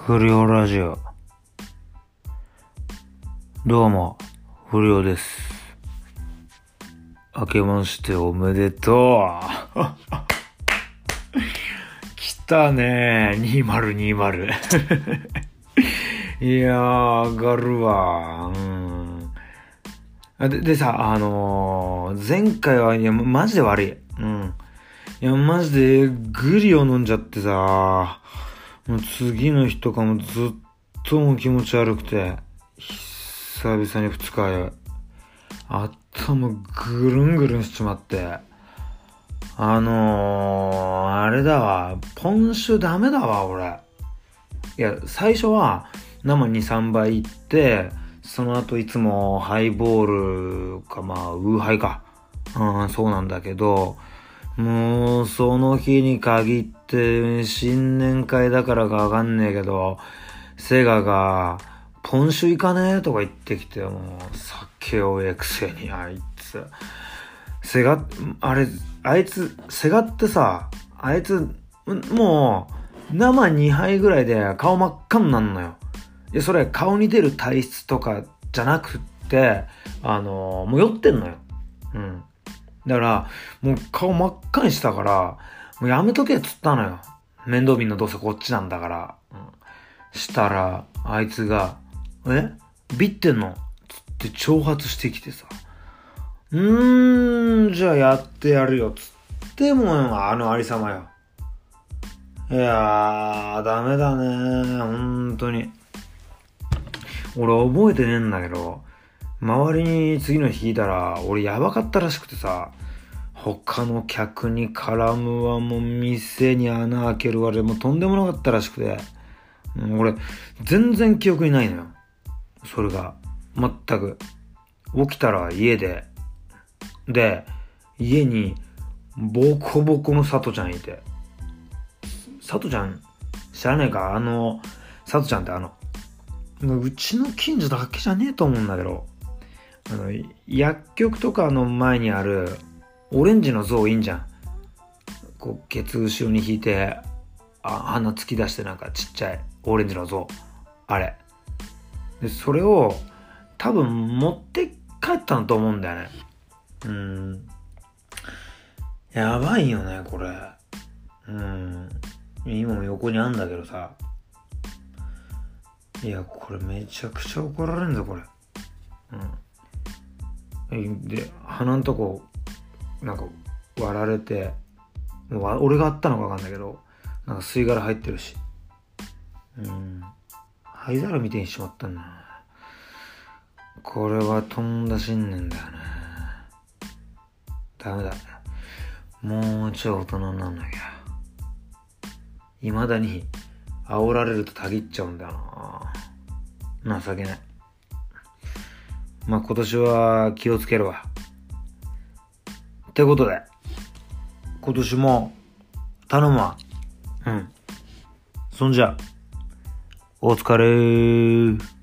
不良ラジオ。どうも、不良です。明けましておめでとう。来たねー、2020。いやー、上がるわ。でさ、前回は、いや、マジで悪い。いや、マジで、グリを飲んじゃってさ、もう次の日とかもずっともう気持ち悪くて、久々に二日酔い。頭ぐるんぐるんしちまって。あれだわ、ポン酒ダメだわ、俺。いや、最初は生に3杯いって、その後いつもハイボールか、ウーハイか。そうなんだけど、もう、その日に限って、新年会だからかわかんねえけど、セガが、ポン酒行かねえとか言ってきて、もう、酒をえくせに、あいつ。セガってさ、あいつ、もう、生2杯ぐらいで顔真っ赤になるのよ。で、それ、顔に出る体質とかじゃなくって、もう酔ってんのよ。だから、もう顔真っ赤にしたから、もうやめとけっつったのよ。面倒見んのどうせこっちなんだから。したら、あいつが、ビってんのつって挑発してきてさ。じゃあやってやるよ。つってもありさまよ。いやー、ダメだね。本当に。俺覚えてねえんだけど、周りに次の日聞いたら、俺やばかったらしくてさ、他の客に絡むわ、もう店に穴開けるわでもうとんでもなかったらしくて、俺、全然記憶にないのよ。それが、全く。起きたら家で、家に、ボコボコの佐藤ちゃんいて。佐藤ちゃん、知らねえか佐藤ちゃんってうちの近所だけじゃねえと思うんだけど、薬局とかの前にある、オレンジの像いいんじゃん。こう、ケツ後ろに引いて、鼻突き出してなんかちっちゃい、オレンジの像。あれ。で、それを、多分持って帰ったんと思うんだよね。やばいよね、これ。今も横にあんだけどさ。いや、これめちゃくちゃ怒られんぞ、これ。で、鼻んとこ、なんか割られて、俺があったのかわかんないけど、なんか吸い殻入ってるし。灰皿みてえにしまったんだな。これはとんだ新年だよね。ダメだ。もうちょい大人になんなきゃ。未だに煽られるとたぎっちゃうんだよな。情けない。今年は気をつけるわ。ってことで、今年も頼むわ。そんじゃ、お疲れー。